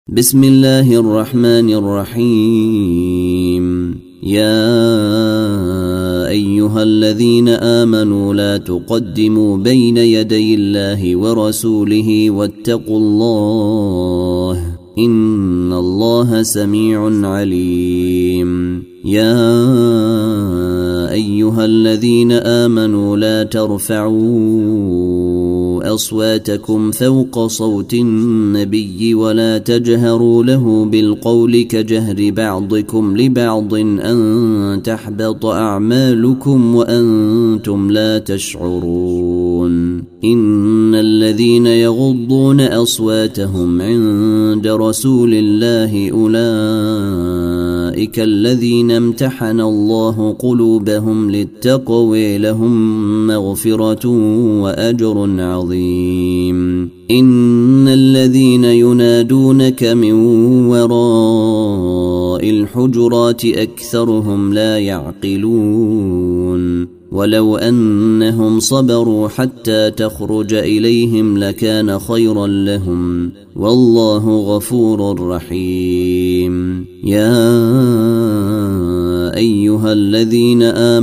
بسم الله الرحمن الرحيم. يا أيها الذين آمنوا لا تقدموا بين يدي الله ورسوله واتقوا الله إن الله سميع عليم. يا أيها الذين آمنوا لا ترفعوا أصواتكم فوق صوت النبي ولا تجهروا له بالقول كجهر بعضكم لبعض أن تحبط أعمالكم وأنتم لا تشعرون. إن الذين يغضون أصواتهم عند رسول الله أولئك الذين امتحن الله قلوبهم للتقوى لهم مغفرة وأجر عظيم. إن الذين ينادونك من وراء الحجرات أكثرهم لا يعقلون. ولو أنهم صبروا حتى تخرج إليهم لكان خيرا لهم والله غفور رحيم. يا أيها الذين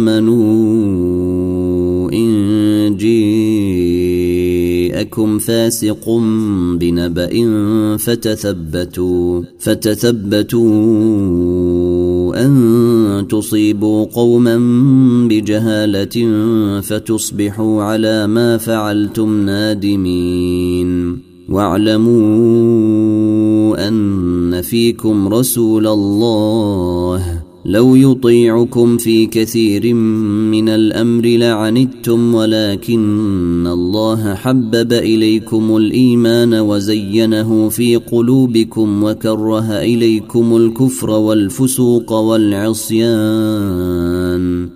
آمنوا إن جاءكم فاسق بنبأ فتثبتوا أن تصيبوا قوما بجهالة فتصبحوا على ما فعلتم نادمين. واعلموا أن فيكم رسول الله لو يطيعكم في كثير من الأمر لعنتم ولكن الله حبب إليكم الإيمان وزينه في قلوبكم وكره إليكم الكفر والفسوق والعصيان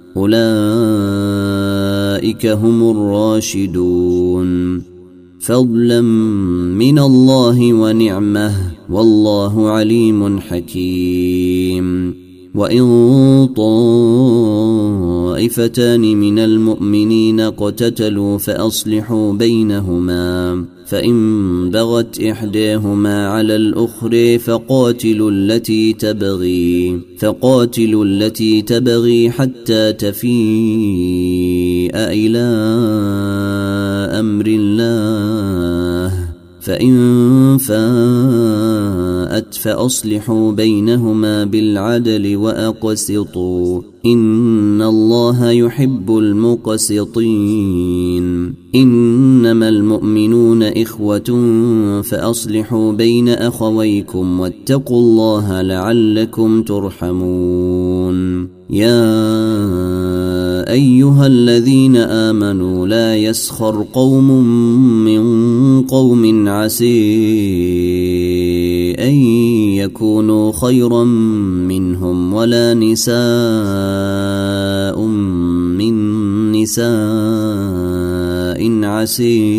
أولئك هم الراشدون فضلا من الله ونعمه والله عليم حكيم. وإن طائفتان من المؤمنين اقتتلوا فأصلحوا بينهما فإن بغت إحداهما على الأخرى فقاتلوا التي تبغي حتى تفيء إلى أمر الله فإن فاءت فأصلحوا بينهما بالعدل وأقسطوا إن الله يحب المقسطين. إنما المؤمنون إخوة فأصلحوا بين أخويكم واتقوا الله لعلكم ترحمون. يا أيها الذين آمنوا لا يسخر قوم من قوم عسى أن يكونوا خيرا منهم ولا نساء من نساء عسى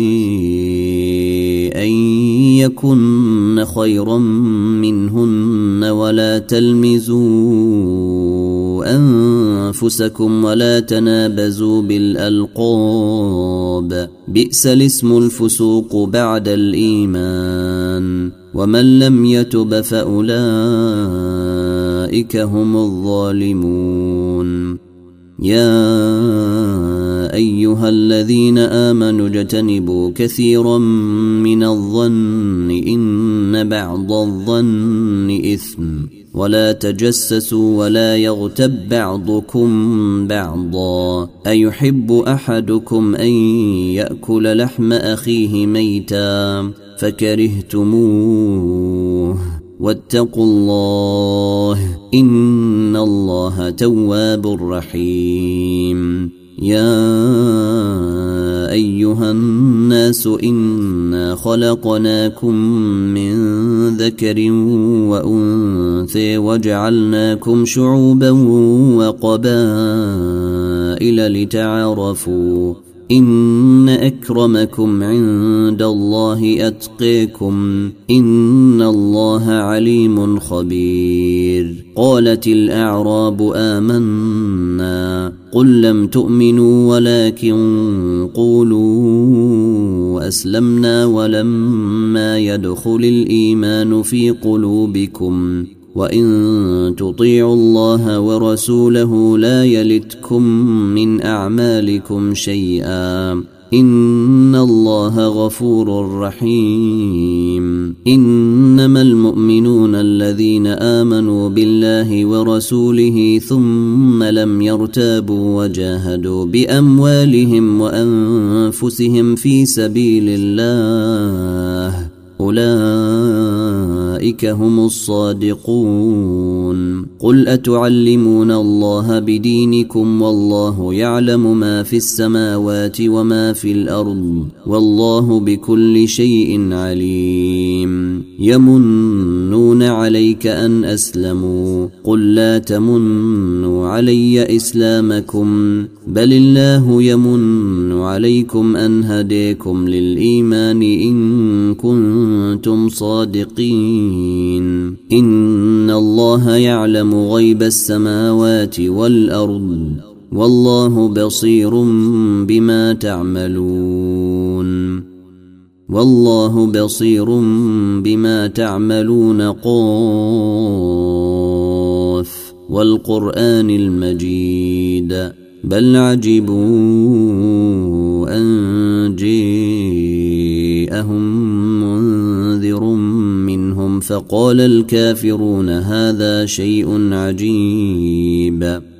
أن يكن خيرا منهن ولا تلمزوا أنفسكم ولا تنابزوا بالألقاب بئس الاسم الفسوق بعد الإيمان ومن لم يتب فأولئك هم الظالمون. يا أيها الذين آمنوا اجتنبوا كثيرا من الظن إن بعض الظن إثم ولا تجسسوا ولا يغتب بعضكم بعضا أيحب أحدكم أن يأكل لحم أخيه ميتا فكرهتموه واتقوا الله إن الله تواب رحيم. يا أيها الناس إنا خلقناكم من ذكر وأنثى وجعلناكم شعوبا وقبائل لتعارفوا إن أكرمكم عند الله أتقيكم إن الله عليم خبير. قالت الأعراب آمنا قل لم تؤمنوا ولكن قولوا أسلمنا ولما يدخل الإيمان في قلوبكم وإن تطيعوا الله ورسوله لا يلتكم من أعمالكم شيئا إن الله غفور رحيم. إنما المؤمنون الذين آمنوا بالله ورسوله ثم لم يرتابوا وجاهدوا بأموالهم وأنفسهم في سبيل الله أولئك هم الصادقون. قل أتعلمون الله بدينكم والله يعلم ما في السماوات وما في الأرض والله بكل شيء عليم. يمنون عليك أن أسلموا قل لا تمنوا علي إسلامكم بل الله يمن عليكم أن هديكم للإيمان إن كنتم صادقين. إن الله يعلم غيب السماوات والأرض والله بصير بما تعملون والله بصير بما تعملون. قاف والقرآن المجيد بل عجبوا أن جاءهم منذر منهم فقال الكافرون هذا شيء عجيب.